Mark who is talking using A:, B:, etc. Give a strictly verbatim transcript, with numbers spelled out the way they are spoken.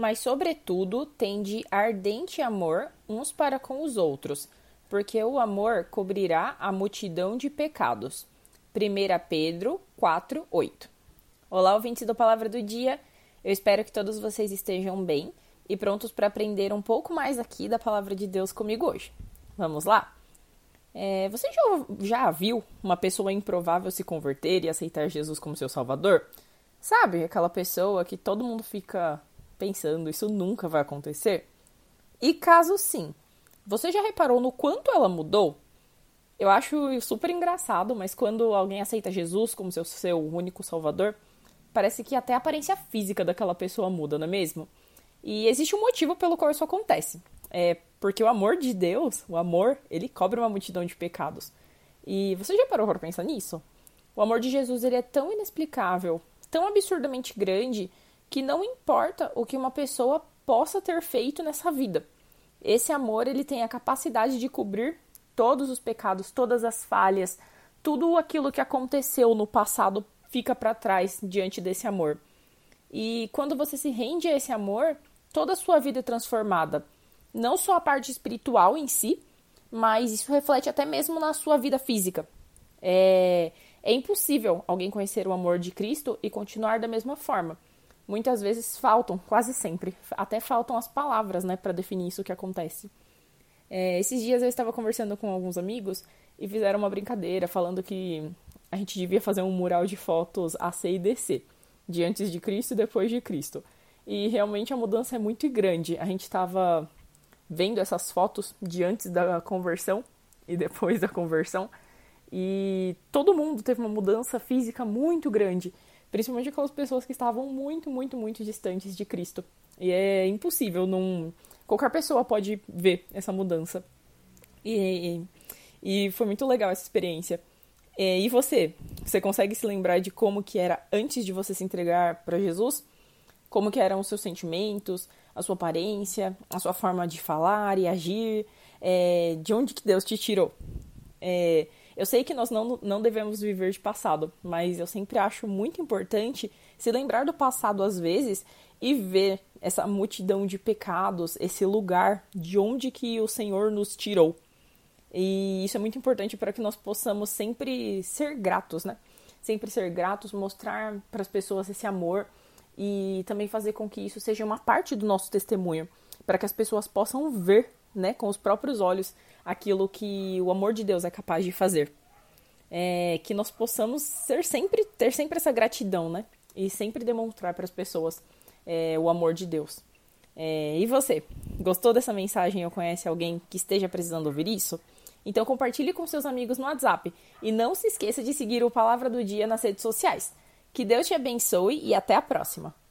A: mas sobretudo tende ardente amor uns para com os outros, porque o amor cobrirá a multidão de pecados. primeira Pedro quatro, oito. Olá, ouvintes do Palavra do Dia. Eu espero que todos vocês estejam bem e prontos para aprender um pouco mais aqui da Palavra de Deus comigo hoje. Vamos lá? É, você já, já viu uma pessoa improvável se converter e aceitar Jesus como seu Salvador? Sabe, aquela pessoa que todo mundo fica pensando, isso nunca vai acontecer? E caso sim, você já reparou no quanto ela mudou? Eu acho super engraçado, mas quando alguém aceita Jesus como seu, seu único Salvador, parece que até a aparência física daquela pessoa muda, não é mesmo? E existe um motivo pelo qual isso acontece. É porque o amor de Deus, o amor, ele cobre uma multidão de pecados. E você já parou para pensar nisso? O amor de Jesus, ele é tão inexplicável, tão absurdamente grande, que não importa o que uma pessoa possa ter feito nessa vida. Esse amor, ele tem a capacidade de cobrir todos os pecados, todas as falhas, tudo aquilo que aconteceu no passado fica para trás diante desse amor. E quando você se rende a esse amor, toda a sua vida é transformada. Não só a parte espiritual em si, mas isso reflete até mesmo na sua vida física. É, é impossível alguém conhecer o amor de Cristo e continuar da mesma forma. Muitas vezes faltam, quase sempre, até faltam as palavras, né, para definir isso que acontece. É, esses dias eu estava conversando com alguns amigos e fizeram uma brincadeira falando que a gente devia fazer um mural de fotos A, C e D C, de antes de Cristo e depois de Cristo. E realmente a mudança é muito grande. A gente estava vendo essas fotos de antes da conversão e depois da conversão, e todo mundo teve uma mudança física muito grande, principalmente aquelas pessoas que estavam muito, muito, muito distantes de Cristo. E é impossível, não... qualquer pessoa pode ver essa mudança. E, e foi muito legal essa experiência. E você? Você consegue se lembrar de como que era antes de você se entregar para Jesus? Como que eram os seus sentimentos, a sua aparência, a sua forma de falar e agir, é, de onde que Deus te tirou? É, eu sei que nós não, não devemos viver de passado, mas eu sempre acho muito importante se lembrar do passado às vezes e ver essa multidão de pecados, esse lugar de onde que o Senhor nos tirou. E isso é muito importante para que nós possamos sempre ser gratos, né? Sempre ser gratos, mostrar para as pessoas esse amor e também fazer com que isso seja uma parte do nosso testemunho, para que as pessoas possam ver, né, com os próprios olhos aquilo que o amor de Deus é capaz de fazer. É, que nós possamos ser sempre, ter sempre essa gratidão, né? E sempre demonstrar para as pessoas é, o amor de Deus. É, e você? Gostou dessa mensagem ou conhece alguém que esteja precisando ouvir isso? Então compartilhe com seus amigos no WhatsApp. E não se esqueça de seguir o Palavra do Dia nas redes sociais. Que Deus te abençoe e até a próxima!